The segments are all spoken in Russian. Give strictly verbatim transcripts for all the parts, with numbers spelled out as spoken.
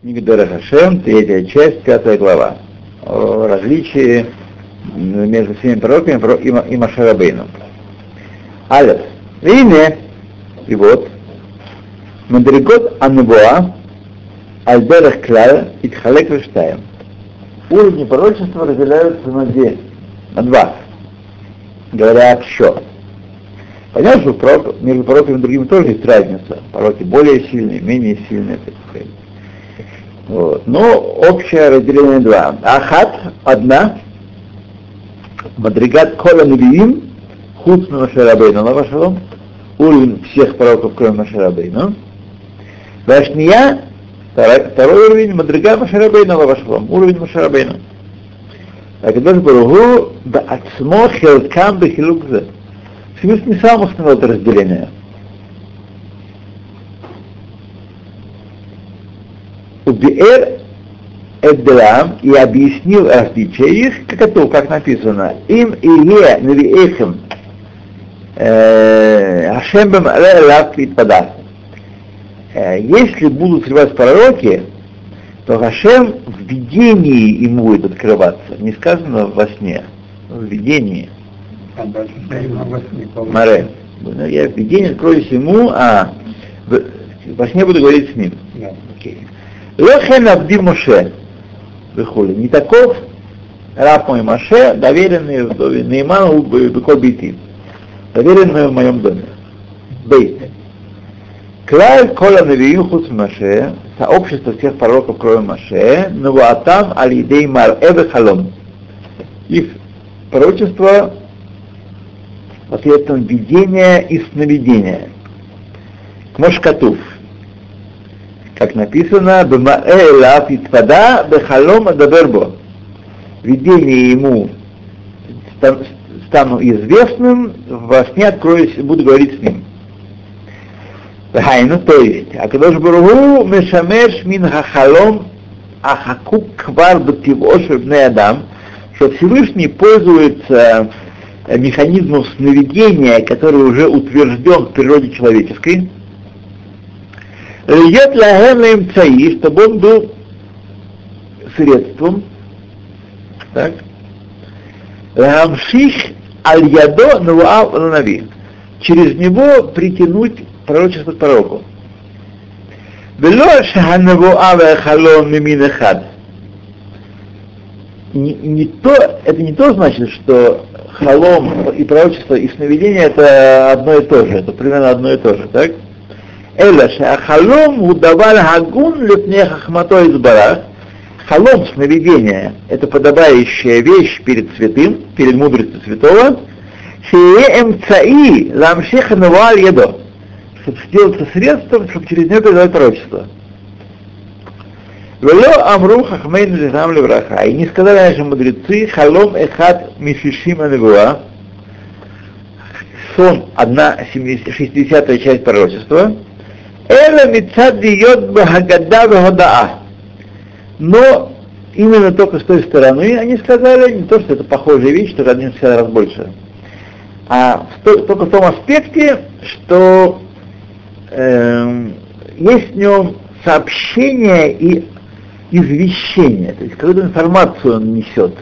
Мигдара Хашем, третья часть, пятая глава. О различии между всеми пророками и Моше Рабейну. Алеф. Ине, и вот, Мадригот Аннебуа, Альдерах Клар, Итхалек Рештаем. Уровни пророчества разделяются на две, на два. Говорят, что. Понятно, что пророк, между пророками и другими тоже есть разница. Пророки более сильные, менее сильные, так сказать. Вот. Но общее разделение два. Ахат, одна, Мадригат Кола Невиим, Хуц Моше Рабейну Лавашалом, уровень всех пророков, кроме Моше Рабейну. Вашния, второй уровень, Мадригат Моше Рабейну Лавашалом, уровень Моше Рабейну. Акадош Баругу Баацмо Хелкам Бехилукзе. Всевышний сам установил это разделение. Убиэр Эддрам и объяснил различие их, как это, как написано, им и е навиэхем Ашем бэм лав итпадах. Если будут срывать пророки, то Хашем в видении ему будет открываться. Не сказано во сне, в видении. Маре. Я в видении откроюсь ему, а во сне буду говорить с ним. Лохен Абди Моше. Выходит. Не таков раб мой Моше, доверенный в доме Нейману Беколь Бейти. Доверенный в моем доме. Бейт. Клаль Кола Навиим Хуц Моше, сообщество всех пророков, кроме Моше, Навуатам Аль-Идей Мар-Эве Халом. Их пророчество посредством видения и сновидения. Кмошкатув. Как написано, «Бэмаэ итфада бэхалом адабербо». Видение ему стану известным, во сне откроюсь, буду говорить с ним. Хайну, то есть, Акадош Баругу мешамеш мин хахалом ахакук квар бтивош бней адам, что Всевышний пользуется механизмом сновидения, который уже утвержден в природе человеческой, льет лагем цаи, чтобы он был средством, так, ламших аль-ядо нуав лунави, через него притянуть пророчество к пророку. Вело шаханавуа вехалом мимин эхад. Не то, это не то значит, что халом и пророчество и сновидение это одно и то же, это примерно одно и то же, так? Эла шахалом удавал хагун лепне хахмато избарах. Халом, сновидение, это подобающая вещь перед святым, перед мудростью святого. Шее эмцаи ламшеха навуаль едо. Чтобы сделаться средством, чтобы через него передавать пророчество. Вело амру хахмейн лихам левраха. И не сказали наши мудрецы, халом эхат мишишима невуа. Сон, одна шестидесятая часть пророчества. Эла мицад диот бхагада входаа. Но именно только с той стороны они сказали, не то, что это похожая вещь, что один в раз больше, а только в том аспекте, что э, есть в нем сообщение и извещение, то есть какую-то информацию он несет.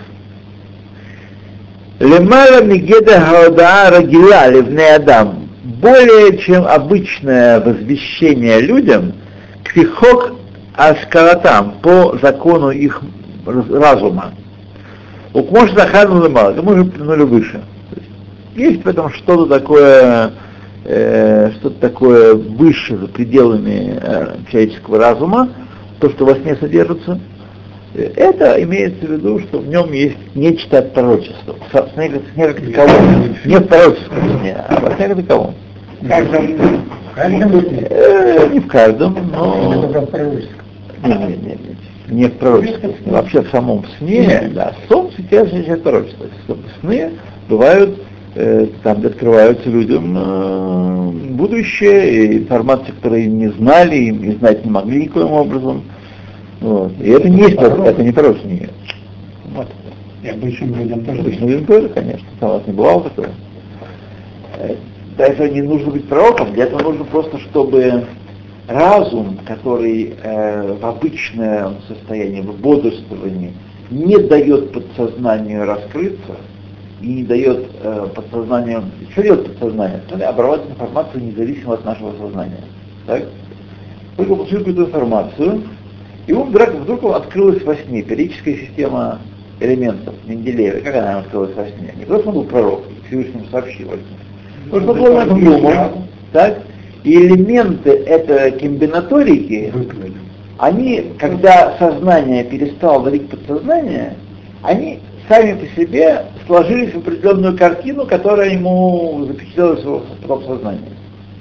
Лемала мигеда хаодаа рагила ливней адам, более чем обычное возвещение людям, квихок аскаратам, по закону их разума. Укмош захану лемала, мы уже упомянули выше. Есть в этом что-то такое, э, что-то такое выше, за пределами э, человеческого разума, то, что во сне содержится. Это имеется в виду, что в нем есть нечто от пророчества. Сне как таковом. Не в пророческом сне, а во сне как таковом. В каждом, в каждом э, не в каждом, но... Не, не, не, не, не в пророческом сне. Вообще в самом сне, да, сон светящий часть пророчества. В сне бывают, э, там где открываются людям э, будущее, и информация, которую не знали, и не знать не могли никоим образом. Вот. И это не есть, это не пророчество, нет. Вот. И обычным людям тоже. Обычным людям тоже, конечно. Там у вас не бывало такое. Даже не нужно быть пророком, для этого нужно просто, чтобы разум, который э, в обычном состоянии, в бодрствовании, не дает подсознанию раскрыться и не дает э, подсознанию... Что делает подсознание? Это обрабатывает информацию независимо от нашего сознания. Так? Только получил какую-то информацию, и он вдруг, вдруг открылась во сне периодическая система элементов Менделеева. Как она открылась во сне? Не просто он был пророк, Всевышнему сообщил во сне. Потому что он был над умом, так? И элементы этой комбинаторики, они, когда сознание перестало давить подсознание, они сами по себе сложились в определенную картину, которая ему запечатлелась в сознании.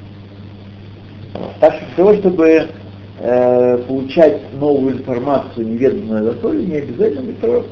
Так что для того, чтобы э, получать новую информацию, неведанную достоинству, не обязательно быть пророком.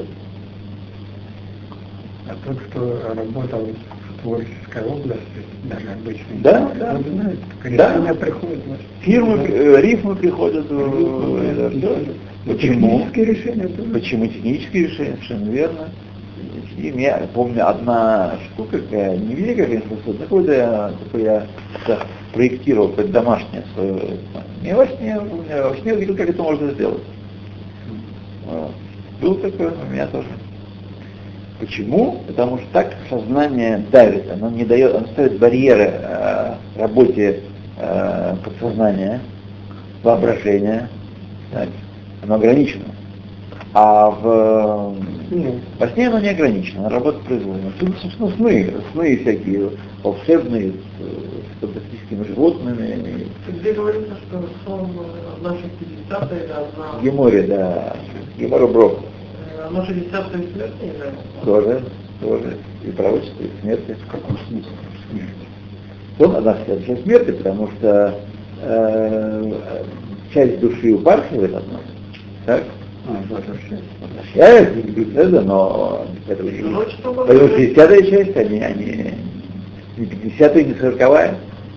А тот, кто работал в творческой области, даже обычный, да, да, он знает, да. решения приходят. Фирмы, да. э, рифмы приходят. Рифмы, э, да, да. Почему? Технические решения. Тоже. Почему технические решения? Совершенно верно. И я помню, одна штука, какая не великая, конечно, такое я, такое я да, проектировал, как домашнее свое. Я во сне, во сне увидел, как это можно сделать. Вот. Был такой у меня тоже. Почему? Потому что так сознание давит, оно не дает, оно ставит барьеры э, работе э, подсознания, воображения, так, оно ограничено. А в, mm. во сне оно не ограничено, оно работает произвольно. Тут, собственно, сны, сны всякие волшебные, с фантастическими животными. Где говорится, что сон одна шестидесятая или одна... В Геморе, да, Гемора Брох. Одна шестидесятая смерти не знаю? Тоже, тоже. И пророчество, и смерти. В каком смысле смерти? Сон одна шестидесятая смерти, потому что э, часть души упархивает от нас. Так? А, возвращается. Возвращается, но это поэтому шестидесятая часть, они, они не пятидесятая, не сороковая.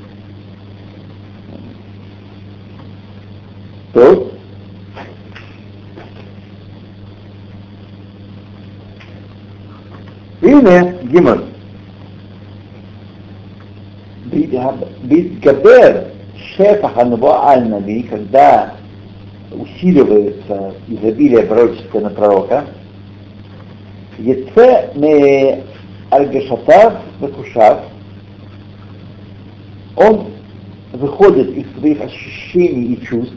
То הנה, ג' בהתגבר шефах הנבואה על נביא, когда усиливается изобилие пророчества на пророка, יצא מהרגשותיו וחושיו, он выходит из своих ощущений и чувств,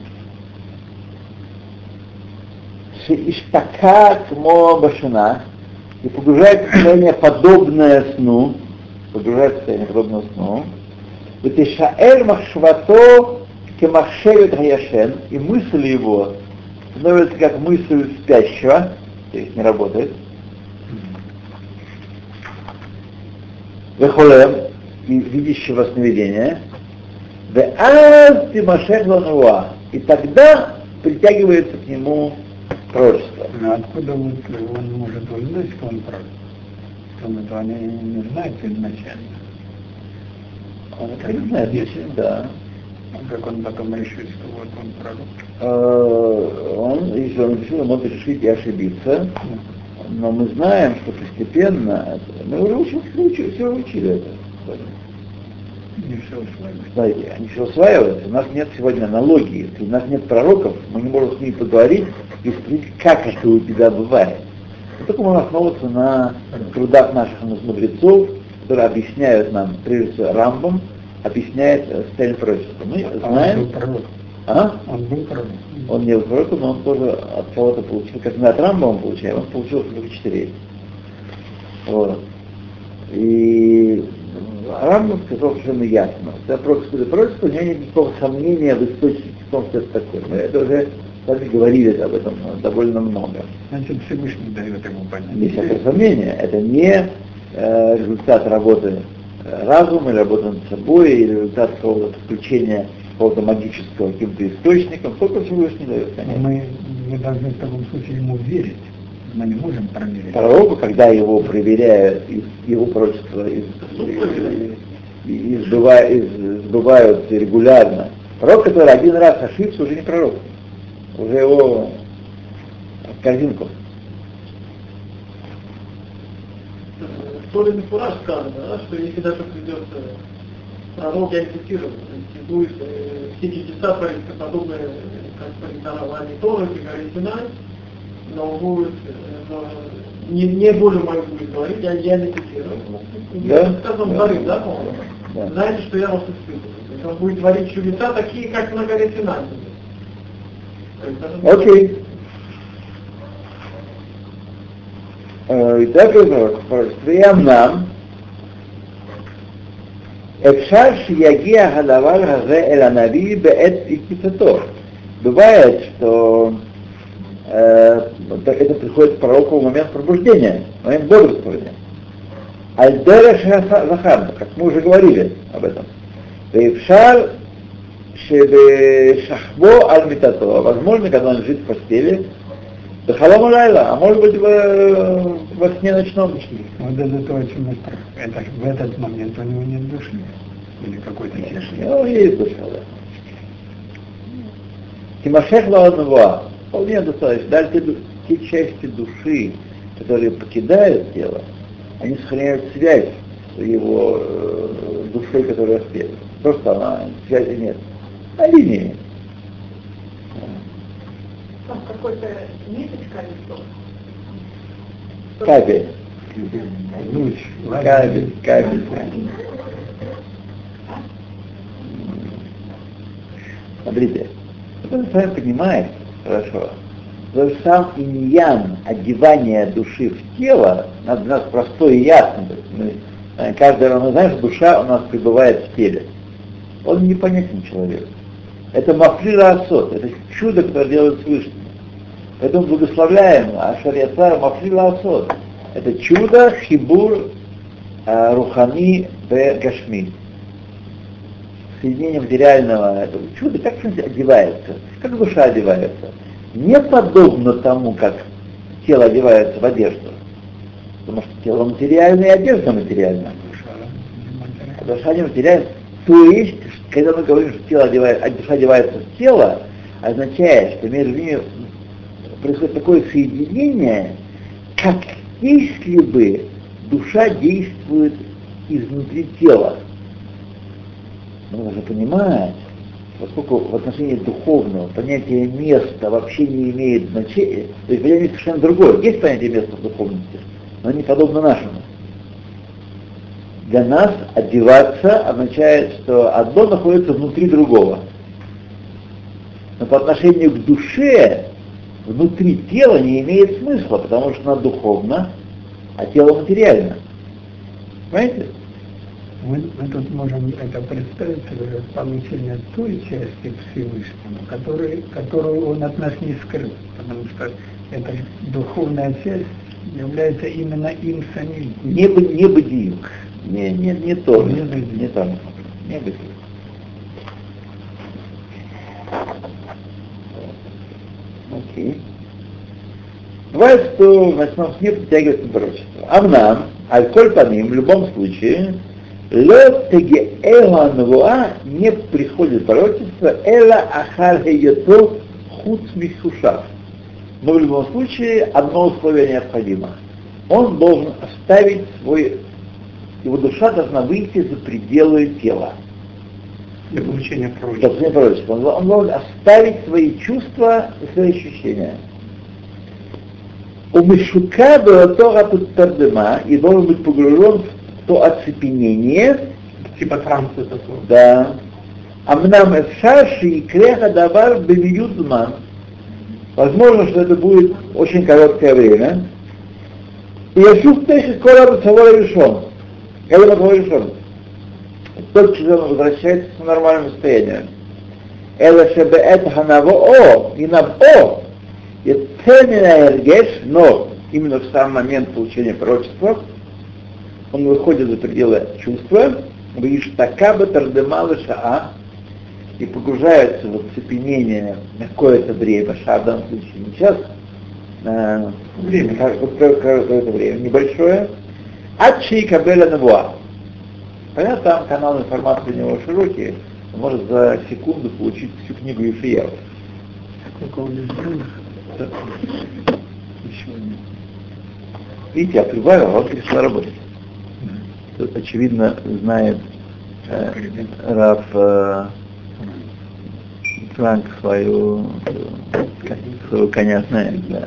шеиштака кмо башина, и погружается в состояние подобное сну, погружается в состояние подобное сну, ותשאר מחשבתו כמחשבת הישן, и мысль его становится как мысль спящего, то есть не работает, וחולם, и видящего сновидения, ואז תימשך לו נבואה, и тогда притягивается к нему пророчество. Но откуда вот он может узнать, что он пророк? Он этого не, не знает изначально. Он это не знает, если да. Как он потом решит, что вот он пророк? Он, если он решил, он может решить и ошибиться. Но мы знаем, что постепенно, мы уже учили, учили, все учили это. Не все усваивается. Знаете, они все усваиваются. У нас нет сегодня аналогии. Если у нас нет пророков, мы не можем с ними поговорить и спросить, как это у тебя бывает. И только мы основываться на трудах наших мудрецов, которые объясняют нам, прежде всего, Рамбам, объясняет состояние пророчества. Мы знаем... Он был пророк. А? Он был пророк. Он не был пророком, но он тоже от кого-то получил. Как мы от Рамбама получаем, он получил от двух четырей. Вот. И Рамбам сказал совершенно ясно. Это пророчество, пророчество, у меня нет никакого сомнения в источнике, в том, что это такое. Мы это уже сами говорили об этом довольно много. Значит, Всевышний дает ему понять. Без всякого сомнения. Это не э, результат работы разума, или работы над собой, или результат какого-то подключения какого-то магического каким-то источником, только Всевышний дает, конечно. Мы, мы должны в таком случае ему верить. Мы не можем проверить. Пророку, когда его проверяют, его пророчества сбываются регулярно. Пророк, который один раз ошибся, уже не пророк. Уже его в корзинку. В Торе Мефураж сказано, да, что если даже придет пророк я цитирую, то есть будет э, все чудеса твориться подобные, как при даровании Торы, при горе Синай, но будет, э, но не, не более мою будет говорить, я, я не цитирую. Да? Сказано, Да. говорит, да, по-моему? Да. Знаете, что я вас испытываю. То есть он будет творить чудеса такие, как на горе Синай. Окей. Итак, прям нам אפשר שיגיע הדבר הזה אל הנביא בעת יקצתו. Бывает, что э, это приходит к пророку в момент пробуждения, в момент бодрствования. Аль-Дера Захар, как мы уже говорили об этом. Эфшар шахбо аль-митато, возможно, когда он лежит в постели, Халам лайла, а может быть в, во сне ночном. Вот это то, о чем мы спрашиваем. Это в этот момент у него нет души? Или какой-то тишины? Ну, есть душа, да. Тимошех лаонова, вполне достаточно. Даже те, те части души, которые покидают тело, они сохраняют связь с его э, душой, которая в теле. Просто она, связи нет. На линии. Там какой-то ниточка или что? Кабель. Луч, Кабель, кабель. Смотрите, вы с вами понимаете, хорошо, что сам иньян одевания души в тело, надо у нас простой и ясно. Мы, каждый раз мы знаем, что душа у нас пребывает в теле. Он непонятен человеку. Это мафлира асот, это чудо, которое делает Всевышний. Поэтому благословляем Ашар Яцар мафлира асот. Это чудо хибур э, рухани бе гашми. Соединение материального этого чуда, как что-нибудь одевается, как душа одевается. Не подобно тому, как тело одевается в одежду. Потому что тело материальное и одежда материальная. А душа не материальная. То есть, когда мы говорим, что тело одевает, а душа одевается в тело, означает, что между ними происходит такое соединение, как если бы душа действует изнутри тела. Мы должны понимать, поскольку в отношении духовного понятие места вообще не имеет значения, то есть понятие совершенно другое. Есть понятие места в духовности, но не подобно нашему. Для нас одеваться означает, что одно находится внутри другого. Но по отношению к душе внутри тела не имеет смысла, потому что она духовна, а тело материально. Понимаете? Мы, мы тут можем это представить себе получение той части Всевышнего, который, которую он от нас не скрыл, потому что эта духовная часть является именно им самим. Не, не бдию. Не, не, не то, Не не, бдию. не там, не бдию. Окей. Бывает, что в ночном сне притягивается пророчество. Амнам, аль-коль паним, в любом случае, лё тегеэла навуа, не приходит пророчество, эла ахар хейото хуц михушав. Но в любом случае одно условие необходимо. Он должен оставить свой, его душа должна выйти за пределы тела. Для получения Для пророчества. получения пророчества. Он, он должен оставить свои чувства и свои ощущения. У Мишука было Тора Тардема и должен быть погружен в то оцепенение, Типа транса такого. да. Амнам эфшаши и креха давар бемиюдман. Возможно, что это будет очень короткое время. И я чувствую, что скоро Бацавор решен. Когда Бацавор решен. Только когда он возвращается к нормальному состоянию. Эла шебе это ханаво о, и нав о, и цемина эргеш, но именно в сам момент получения пророчества он выходит за пределы чувства, виштакаба тардемала шаа, и погружается в оцепенение на какое-то время, ша в данном случае не час, на время, какое-то время небольшое, адши и кабеля навуа. Понятно, там канал информации у него широкий, он может за секунду получить всю книгу Ефреева. Какого лежбена? Видите, я прибавил, а он перестал работать. Тут, очевидно, знает э, Раф э, Франк свою, свою коня знает, да.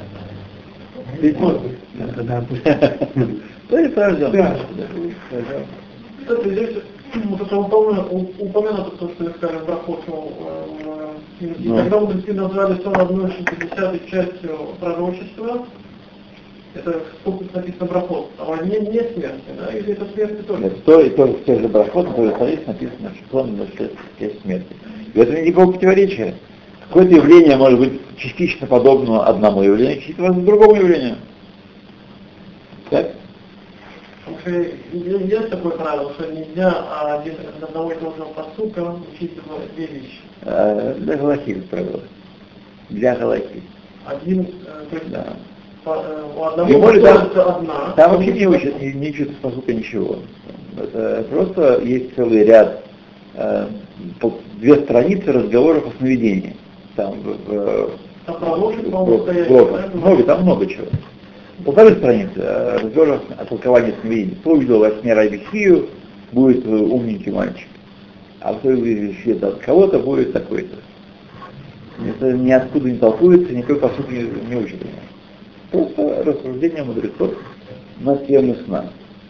Тогда пусть. То есть рожден. Кстати, здесь вот это упомянуто, упомянуто то, что я сказал, брахот, и когда мудрецы назвали сон одной шестидесятой частью пророчества, это сколько написано брахот, а не, не смерти, да, или это смерти тоже? Нет, то и только в тех же брахот, которые есть, написано, что сон есть смерти. И в этом нет никакого противоречия. Какое-то явление может быть частично подобно одному явлению, частично другому явлению. Так? Потому что есть такое правило, что нельзя один, одного и того же поступка учить две вещи. А, для галахи правило. Для галахи. Один, то есть да. по, у одного там, одна. Там вообще не учат, не, не учат поступка ничего. Это просто есть целый ряд, э, две страницы разговоров о сновидении. Там в, в, там в, в, много, там много чего. Полторы страницы разговоров о толковании сновидений. Кто увидел во сне Рабихию, будет умненький мальчик. А кто увидит от кого-то, будет такой-то. Это ниоткуда не толкуется, никакой по сути не, не учит. Просто рассуждение мудрецов на тему сна.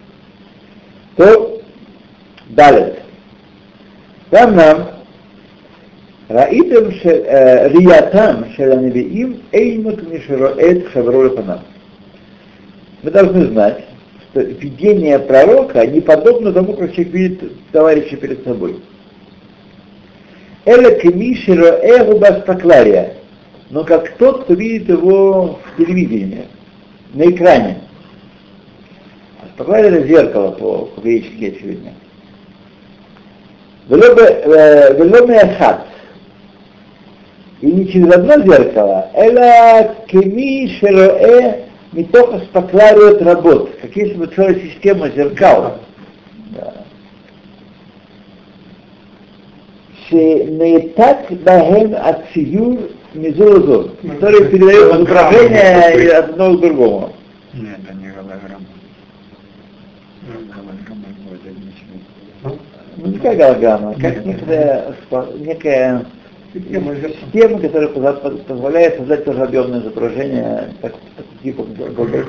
То далее. Там нам ראיתם ראייתם של הנביאים אינו כמי שרואה את חברו לפניו. Мы должны знать, что видение пророка не подобно тому, как человек видит товарища перед собой. Эля кеми широэгу бастаклария, но как тот, кто видит его в телевидении, на экране. Бастаклария — это зеркало по-гречески, очевидно. Вело меахат. И не через одно зеркало, эля кеми широэ מתוך אספקלריות רבות, как если бы целая система зеркал, да. שנעתק בהם הציור מזו לזו, которые передают изображение от одного к другому. Нет, это не голограмма. Голограмма будет ничего. Ну, не как голограмма, как некая, некая система, которая позволяет создать тоже объемное изображение, так, типа голограммы.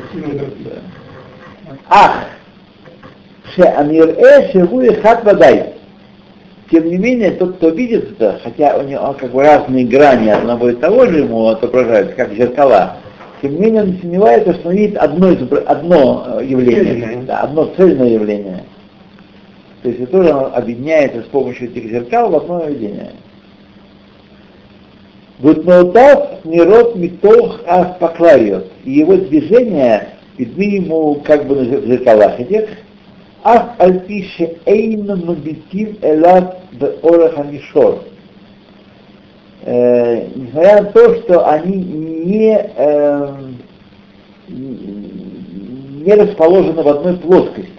Ах, шеамирэ шегу хат вадай. Тем не менее, тот, кто видит это, хотя у него как бы разные грани одного и того же ему отображаются, как зеркала, тем не менее он сомневается, что он видит одно, одно явление, да, одно цельное явление. То есть это тоже объединяется с помощью этих зеркал в одно явление. Вутноутав нерот митох аспаклариот. И его движения видны ему как бы на зеркалах этих. Ах альпише эйна мабитив элат беорах амишор. Несмотря на то, что они не, э, не расположены в одной плоскости.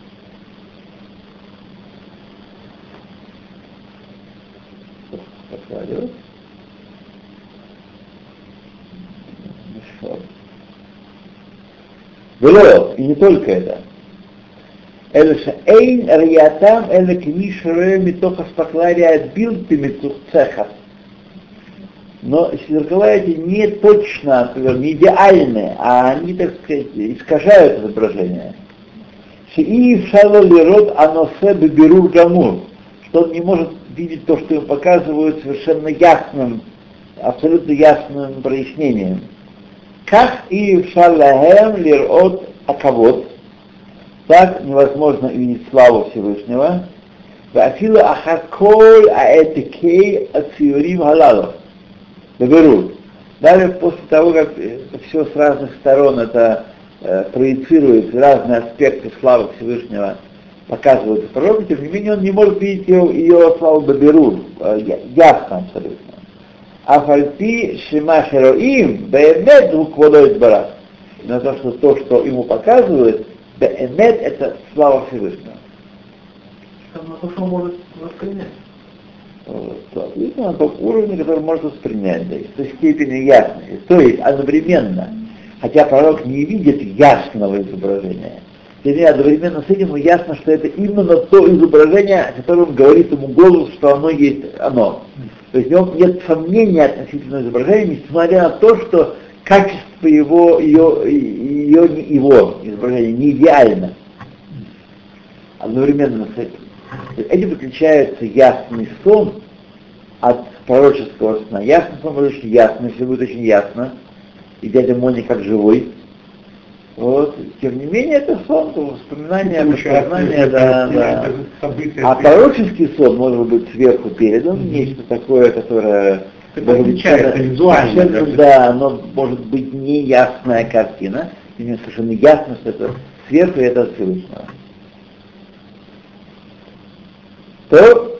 Вело, и не только это. Эльша эйн риятам эле книшре митоха спаклария билты митухцеха. Но зеркала эти не точно, не идеальны, а они, так сказать, искажают изображение. Шиив шало лирот аносе бебирур гамур, что он не может видеть то, что ему показывают совершенно ясным, абсолютно ясным прояснением. Как и в шаллахем лирот акавод, так невозможно видеть славу Всевышнего. Вафилу ахаколь аэтикей ациурим халалов. Доберут. Даже после того, как все с разных сторон это э, проецирует, разные аспекты славы Всевышнего показывают пророку, тем не менее он не может видеть ее, ее славу Баберу, э, ясно абсолютно. Афальпи шима шероим беэмет двукводой барах. На то, что то, что ему показывают, беэмет — это слава Всевышнего. На то, что он может воспринять. Соответственно, на том уровне, который может воспринять, да, с той степенью ясности. То есть одновременно, хотя пророк не видит ясного изображения, И одновременно с этим ясно, что это именно то изображение, о котором говорит ему голос, что оно есть оно. То есть в нем нет сомнения относительно изображения, несмотря на то, что качество его, ее, ее, его изображения не идеально. Одновременно с этим. Этим отличается ясный сон от пророческого сна. Ясный сон будет очень ясно, если будет очень ясно, и дядя Мони как живой. Вот. Тем не менее, это сон, это воспоминание, воспоминание, да, да. А пророческий сон может быть сверху передан, mm-hmm. нечто такое, которое это отличается визуально. Да, оно может быть неясная картина, и мне совершенно ясно, что это сверху, и это от Всевышнего. То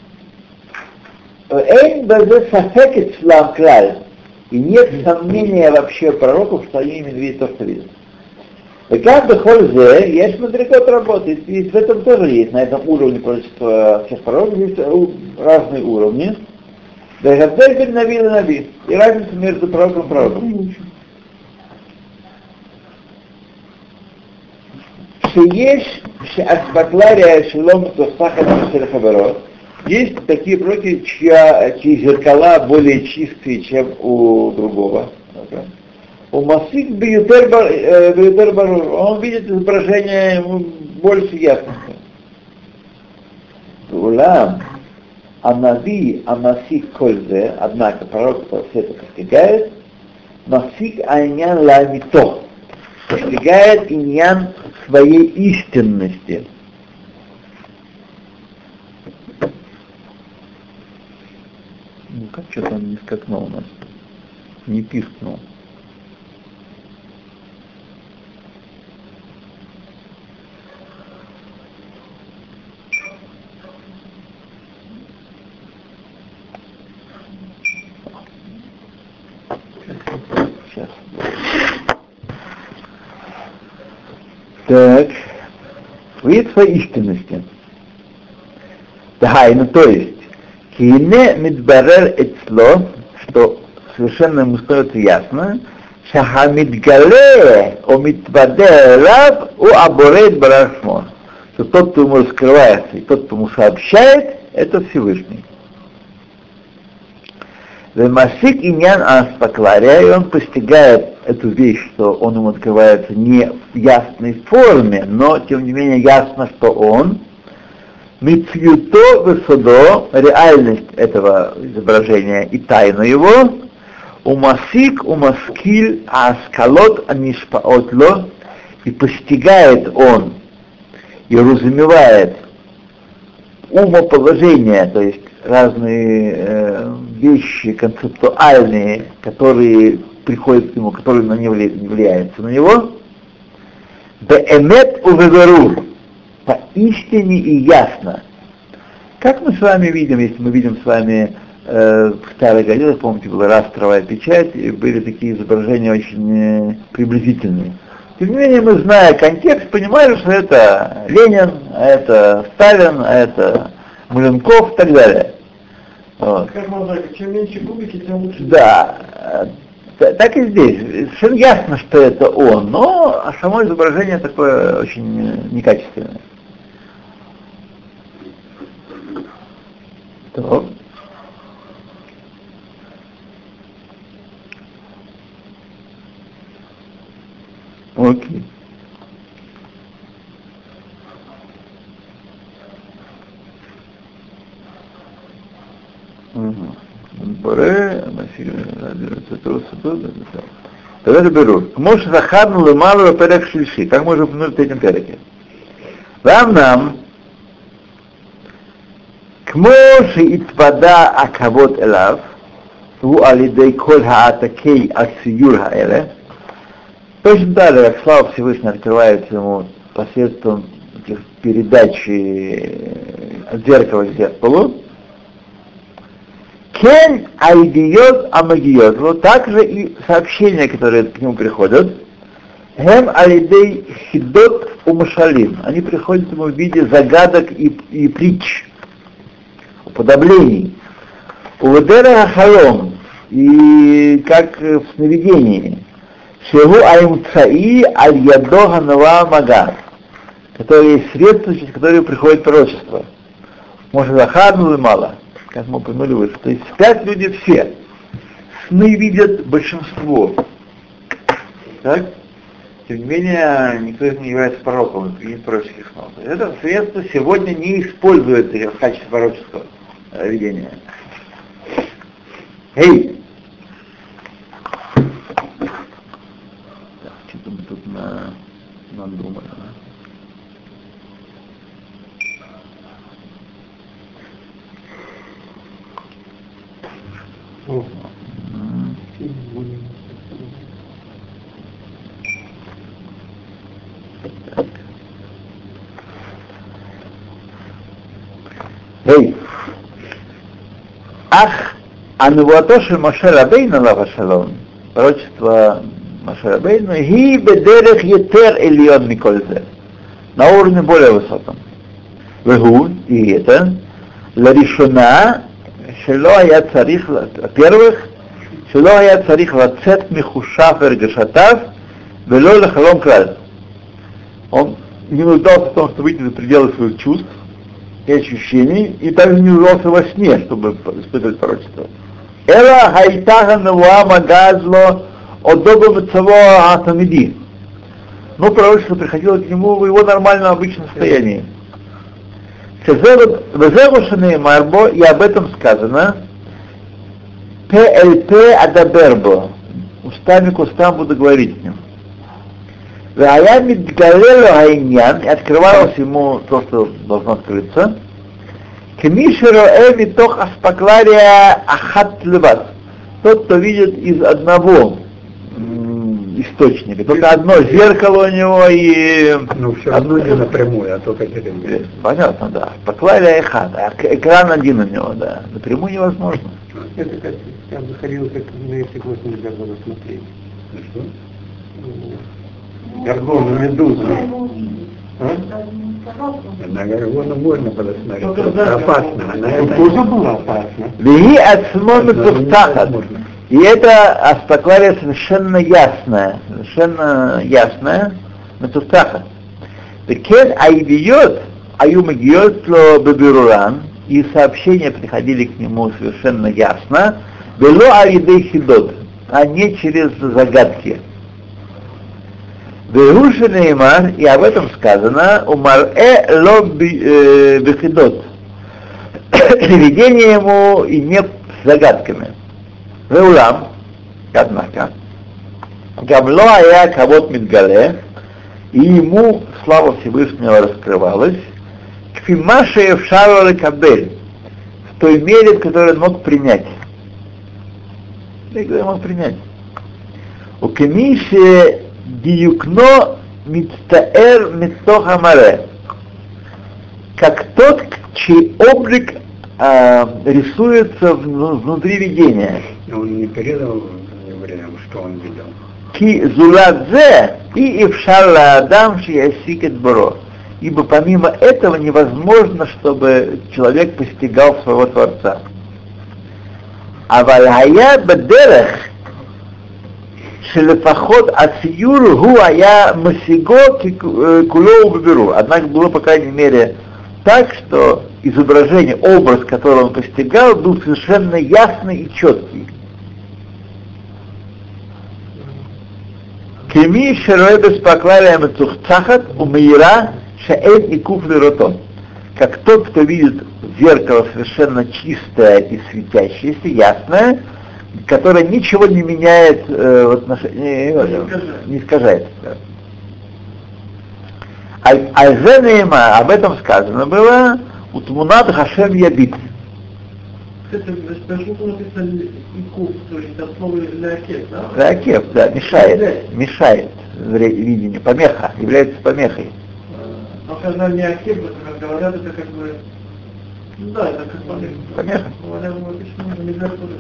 Эйн базе сафекет шлам клаль, и нет сомнения вообще пророков, что они имеют в виду то, что видят. И как бы хользе, есть мадрикот работает, и в этом тоже есть, на этом уровне пророчества всех пророков есть разные уровни. Да и Габдель Нави и Нави, и разница между пророком и пророком. Шееш Шеасбаклария Шелом Тосахат Шелехаберот. Есть такие пророки, чья, чьи зеркала более чистые, чем у другого. У Масик Бьютер Барур, он видит изображение ему больше ясности. Улам Анави Амасик Кользе, однако пророк все это постигает, Масик Айнян Ламито, постигает иньян своей истинности. Ну как что-то он не скакнул у нас, не пискнул. Так, видит своей истинности. Да, ну то есть, кине мидбарер эцло, что совершенно ему становится ясно, шаха мидгале о мидбаде раб у аборет барашмо, что тот, кто ему раскрывается, и тот, кто ему сообщает, это Всевышний. Масик иньян аспаклария, и он постигает эту вещь, что он ему открывается не в ясной форме, но тем не менее ясно, что он мицьюто высодо, реальность этого изображения и тайну его, умасик умаскиль аскалот анишпаотло, и постигает он и разумевает умоположение, то есть разные э, вещи концептуальные, которые приходят к нему, которые на него влияются на него, беэмет увеверу, поистине и ясно. Как мы с вами видим, если мы видим с вами э, в старых газетах, помните, была растровая печать, и были такие изображения очень э, приблизительные. Тем не менее, мы, зная контекст, понимали, что это Ленин, а это Сталин, а это Маленков и так далее. Вот. Как мозаика, чем меньше кубики, тем лучше. Да, так и здесь. Совершенно ясно, что это он, но само изображение такое очень некачественное. То. Окей. Боре, тогда я беру. Мош захарну лемалу перек шлиши. Как мы уже упомянули в третьем переке. Вам нам кмоши итвада акавот элав, у алидей коль хаатакей асиюр хаэле. Точно так же, как слава Всевышнего открывается ему посредством этих передач от зеркала к зеркалу, кен айдиот амагиот, вот также и сообщения, которые к нему приходят, хем алидей хидот умашалим, они приходят ему в виде загадок и, и притч, уподоблений, уведера халом, и как в сновидении, шегу аймцаи аль ядо ганава мага, которые есть средства, через которые приходит пророчество. Может, захарну или мало, как мы упомянули выше. То есть спят люди все. Сны видят большинство. Так? Тем не менее, никто из них не является пророком, и видит пророческих снов. Это средство сегодня не используется в качестве пророческого видения. Эй! Так, что-то мы тут на... надумали. О. Эй! Ах, а навуатоши Моше Рабейну лава шалом, пророчество Моше Рабейну, ги бедерех етер эльон микользе, на уровне более высоком. Вегу, и это, ларишуна, шело я царих, во-первых, шело я царих лацет михушав эргашатав, вело лахалом краль. Он не нуждался в том, чтобы выйти за пределы своих чувств и ощущений, и также не нуждался во сне, чтобы испытывать пророчество. Эла хайтага навуа магазло одобо мецаво атамиди. Но пророчество приходило к нему в его нормальном обычном состоянии. Марбо, и об этом сказано, ПЛП адабербо, устами к устам буду говорить с ним. И открывалось ему то, что должно открыться. Тот, кто видит из одного источника. Только одно зеркало у него и... Ну, все равно не напрямую, а только через... Понятно, да. Паклария и хат. Экран один у него, да. Напрямую невозможно. Это как я заходил, как на эти год нельзя было смотреть. Ну что? Горгону, медузу. А? На горгону можно было смотреть. Это опасно. А на это тоже было опасно. Веги отсмомит можно. И это аспаклария совершенно ясная, совершенно ясная, метустаха. Кен айбиот, аюмагиот ло бебируран, и сообщения приходили к нему совершенно ясно, бело айдей хидот, а не через загадки. Вегуши неймар, и об этом сказано, умар э ло бехидот, видение ему и не с загадками. Веулам, однако, Гамло ая кавот мидгале, и ему слава Всевышнего раскрывалась, кфимаша евшару лекабель, в той мере, в которой он мог принять. Я мог принять. У кемише диюкно мицтаэр митоха маре, как тот, чей облик а, рисуется внутри видения. Он не передал время, что он видел. Ки зуладзе и ившалла адам шиясикет боро. Ибо помимо этого невозможно, чтобы человек постигал своего Творца. А вальхая бедерех шелефахот ациюр гу ая масиго кулоу беберу. Однако было, по крайней мере, так, что изображение, образ, который он постигал, был совершенно ясный и четкий. Кеми шероэбес паклария мецухцахат умеира шаэд и куфли рото. Как тот, кто видит зеркало совершенно чистое и светящееся, ясное, которое ничего не меняет э, в отношении, не, не искажает. Альзенейма, об этом сказано было, утмунат хашем ябит. Кстати, почему написано икуф, то есть от слова лякев, да? Лякев, да, мешает, мешает видению, помеха, является помехой. Но когда не акев, как говорят, это как бы, ну да, это как помеха. Помеха. Говорят, мы почему нельзя тоже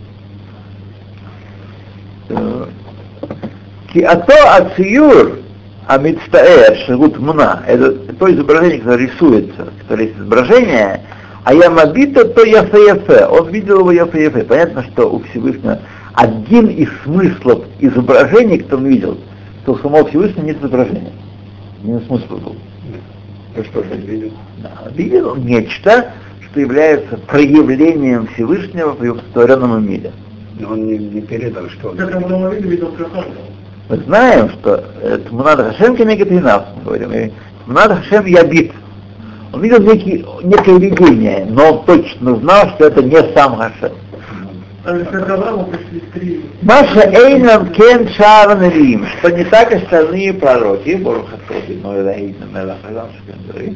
говорят. Ки ато ациюр амитстаэр шигут муна, это то изображение, которое рисуется, которое есть изображение, а я мабита, то яфе-яфе, он видел его яфе-яфе. Понятно, что у Всевышнего один из смыслов изображения, кто он видел, что у самого Всевышнего нет изображения. Один из смыслов был. Что, что же видел? Да, видел нечто, что является проявлением Всевышнего в его сотворенном мире. Но он не, не передал, что он Как Авраам Авину видел Прохорова. Мы знаем, что это Мунад Хашем Кенегатвинав, мы говорим, и Мунад Хашем Ябит. Он видел некий, некое видение, но он точно знал, что это не сам Хашем. Как Аврааму пришли три... Маша Эйнам Кен Шаран Рим, что не так остальные пророки, Борух Хатоби, но это Эйнам Элах Хазам Шкендерим.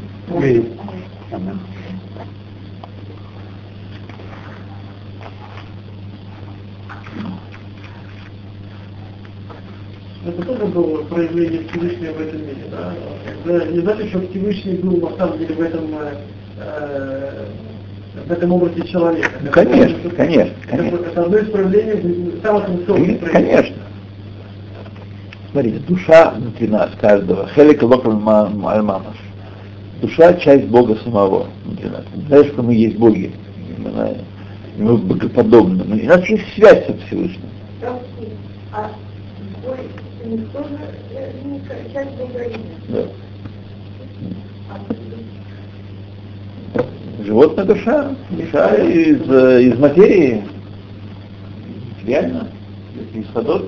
Это тоже было проявление Всевышнего в этом мире, да? Это не значит, что Всевышний был на самом деле в этом, э, в этом образе человека. Ну, конечно, это, конечно, это, конечно. Это одно из проявлений, самых высоких проявлений. Конечно. Смотрите, душа внутри нас, каждого, Хелик Локом Альмамаш. Душа — часть Бога самого внутри нас. Знаешь, что мы есть боги. Мы, мы богоподобны. У нас есть связь со Всевышним. А бой тоже часть Бога? Да. Животная душа, душа из, из материи, реально, из ходов.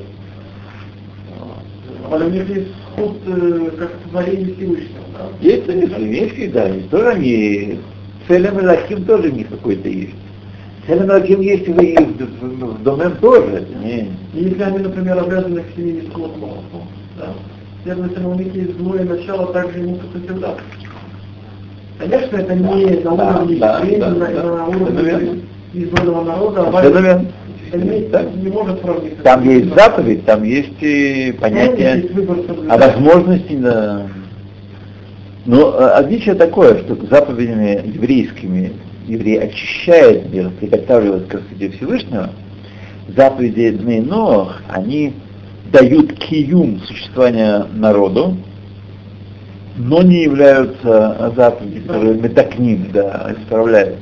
А у них есть сход, э, как творение Всевышнего, да? Есть, конечно, есть, да, есть тоже они, Целем Элаким тоже у них какой-то есть. Целем Элаким есть и в, в, в доме тоже. Не. Если они, например, обязаны к семье сход молоком, да? Следовательно, у них есть злое начало также ему сопротивляться. Конечно, это не на уровне да, евреев, да, на, да, на уровне да, избранного народа, а Абсолютно. это не, Да. не может сравниться. Там есть заповедь, там есть и понятие Есть выбор о соблюдать. возможности, да. Но э, отличие такое, что заповедями еврейскими еврей очищает мир, приготавливает к красоте Всевышнего. Заповеди Бней Ноах, они дают киюм существования народу, но не являются заповедями, которые метакним, да, исправляют.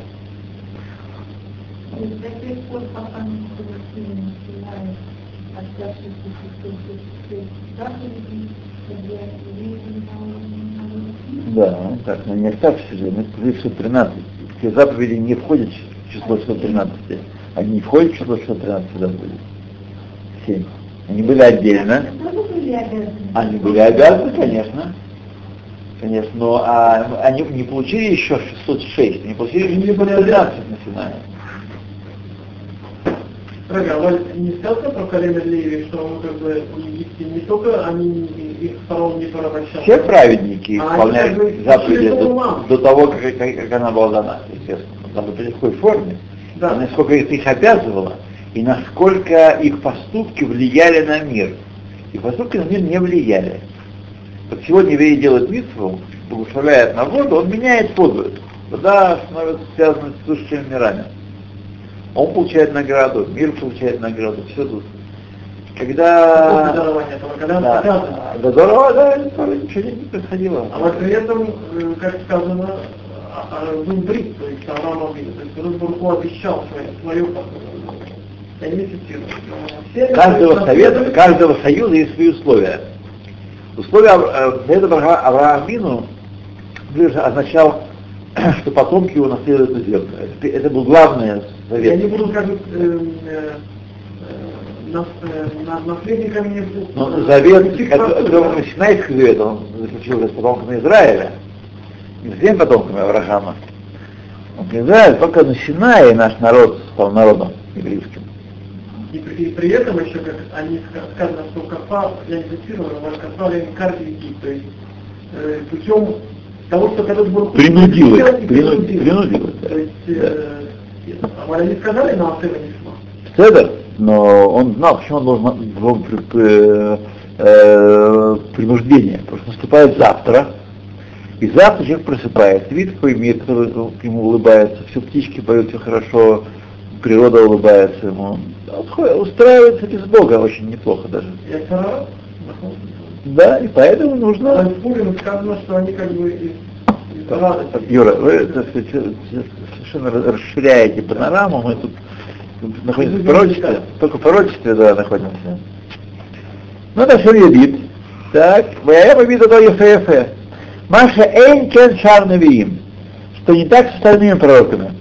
Да, так, но не оставшись же, мы шестьсот тринадцать. Все заповеди не входят в число шестьсот тринадцать. Они не входят в число шестьсот тринадцать заповедей. Семь. Они были отдельно. Они были обязаны, конечно. Конечно, но а, они не получили еще шестьсот шесть, они получили еще шестьсот тринадцать на Синае. Дорогая, а Валь, не сказано про колено Леви, что он как бы не, не только они их фараон не порабощал. Все праведники а исполняют они, заповеди как бы, до, до того, как, как, как она была дана, естественно. Там в такой форме. Да. И насколько это их обязывало, и насколько их поступки влияли на мир. Их поступки на мир не влияли. Вот сегодня евреи делают мицву, благословляет на воду, он меняет воду. Вода становится связана с сущими мирами. Он получает награду, мир получает награду, все тут. Когда... Дарование этого, когда да, показано. да, здорово, да, ничего не происходило. А вот при этом, как сказано, был брит, то есть Авраам Авину, то есть Господь Бог обещал свое, свое я не цитирую. Каждого совета, каждого союза есть свои условия. Условия совета Авраама Авину означал, что потомки его наследуют эту землю. Это, это был главный совет. И они будут как бы э, э, э, наследниками не будут. Но завет, который Синайский завет, он заключился с потомками Израиля, не с всеми потомками Авраама. Он Израиль, только на Синае наш народ стал народом еврейским. И при, и при этом еще, как они сказано, что Кафа, я не цитирую, но Кафа им каждый то есть э, путем того, что когда был принудил их, принудил, принудил их. То есть, э, а они сказали, но Ацева не шла. Седер, но он знал, почему он должен был при, при, э, принуждение, потому что наступает завтра, и завтра человек просыпается, видит какой мир, который к нему улыбается, все птички поют, все хорошо, природа улыбается ему. Устраивается без Бога очень неплохо даже. Я стараюсь. Да, и поэтому нужно... А в Пуриме сказано, что они как бы из, из радости. Юра, вы, так сказать, совершенно расширяете панораму, мы тут находимся в пророчестве, только в пророчестве, да, находимся. Ну, это все ебит. Так, я побиду до Ефе-Ефе. Маша Эйн Кен Шар Навиим, что не так с остальными пророками.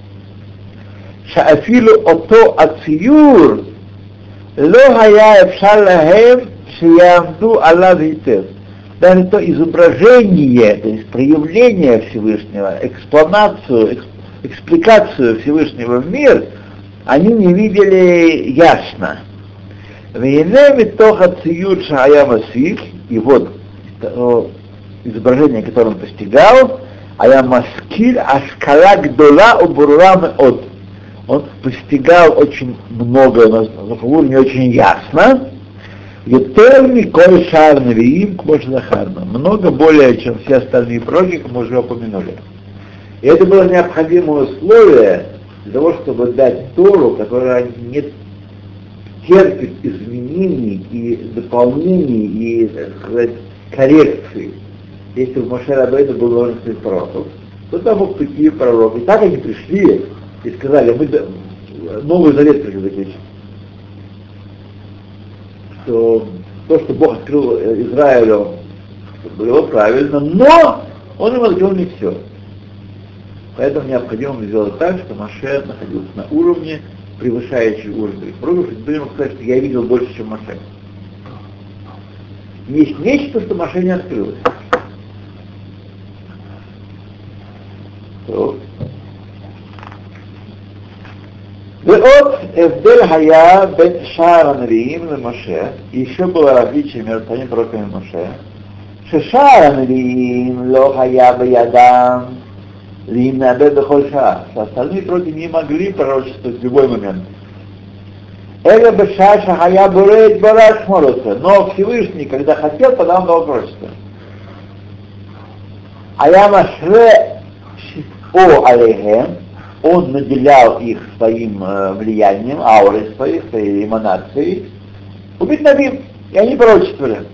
Шаафилу Ото Ациюр Ло Хая Эфшар Лахем Шиямду Аллах Витер. Даже то изображение, то есть проявление Всевышнего, экспланацию, эксп, экспликацию Всевышнего в мир, они не видели ясно. И вот изображение, которое он постигал, ая маскиль ашкала гдола убурам от. Он постигал очень много, на уровне очень ясно. Много более, чем все остальные пророки, как мы уже упомянули. И это было необходимое условие для того, чтобы дать Тору, которая не терпит изменений и дополнений и, так сказать, коррекций. Если у Моше Рабейну было множество пророков, то там мог прийти пророк. И так они пришли и сказали, мы Новый Завет пришли заключить. Что то, что Бог открыл Израилю, было правильно, но он им открыл не все. Поэтому необходимо сделать так, что Моше находился на уровне, превышающий уровень других пророков, и теперь мог сказать, что я видел больше, чем Моше. Есть нечто, что Моше не открылось. Вот Эвдель Хая бен Шаар Навиим и Моше, еще было различие между самими пророками Моше. Шаар Навиим ло Хая беядам лим набед бехоль шаа. Остальные пророки не могли пророчествовать в любой момент. Эля беша шахая бурет бараш молоса. Но Всевышний, когда хотел, тогда он дал пророчество. Ая машре о алейхем. Он наделял их своим э, влиянием, аурой своей, своей эманацией, убить набим, и они пророчествовали.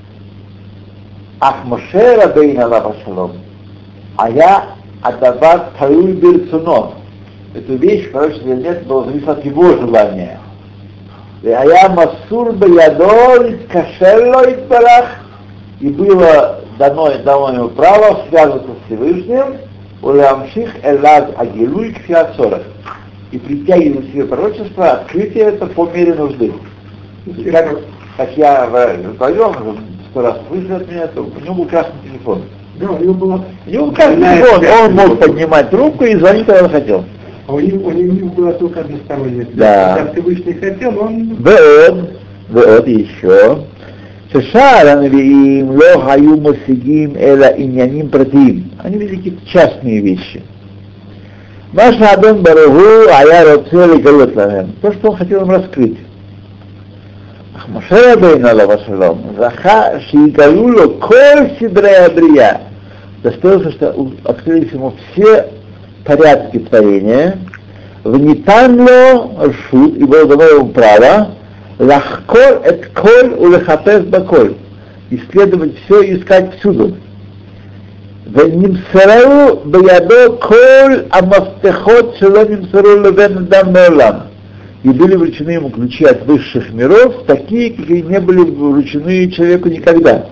Ах Моше Рабейн Аллах Шалом, а я адавар таруй бирцуно. Эту вещь, пророчество или нет, было зависит от его желания. А я масур баядор кашелло итбарах, и было дано, дано ему право связываться с Всевышним, Улямших эллад агилуй кфиасорах. И притягивать себе пророчество, открытие это по мере нужды. И как, как я вдвоем сто раз слышал от меня, то у него был красный телефон. Да, у него было... У него был красный телефон, он мог поднимать трубку и звонить, когда он хотел. А у него, у него было только одностороннее. Да. Когда Всевышний хотел, он... Вот, вот еще. Шешар анвиим ло хаю мосигим эла иньяним пратиим. Они видели какие-то частные вещи. Маша Адон Баругу ая роцели галот лахем. То, что он хотел им раскрыть. Ах Моше Рабейну алейхи шалом заха шигалуло коль сидрей абрия. Достоился, что открылись ему все порядки творения. Внитанло ршут, и было дано ему право лахкор эт коль улехапес баколь. Исследовать все и искать всюду. Венимсарау баядо коль амафтехот шело нимсару левен адам меолам. И были вручены ему ключи от высших миров, такие, какие не были вручены человеку никогда.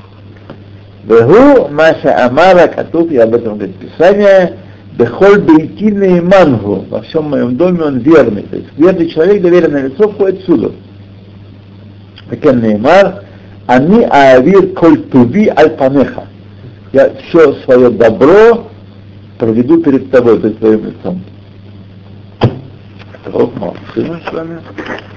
Вегу маша амара катув, и об этом говорит Писание, бехоль бейтины мангу, во всем моем доме он верный. То есть верный человек, доверенное лицо, входит всюду. Такен неймар, они аавир коль туви аль-панеха. Я все свое добро проведу перед тобой, перед твоим лицом. Вот, молодцы мы с вами.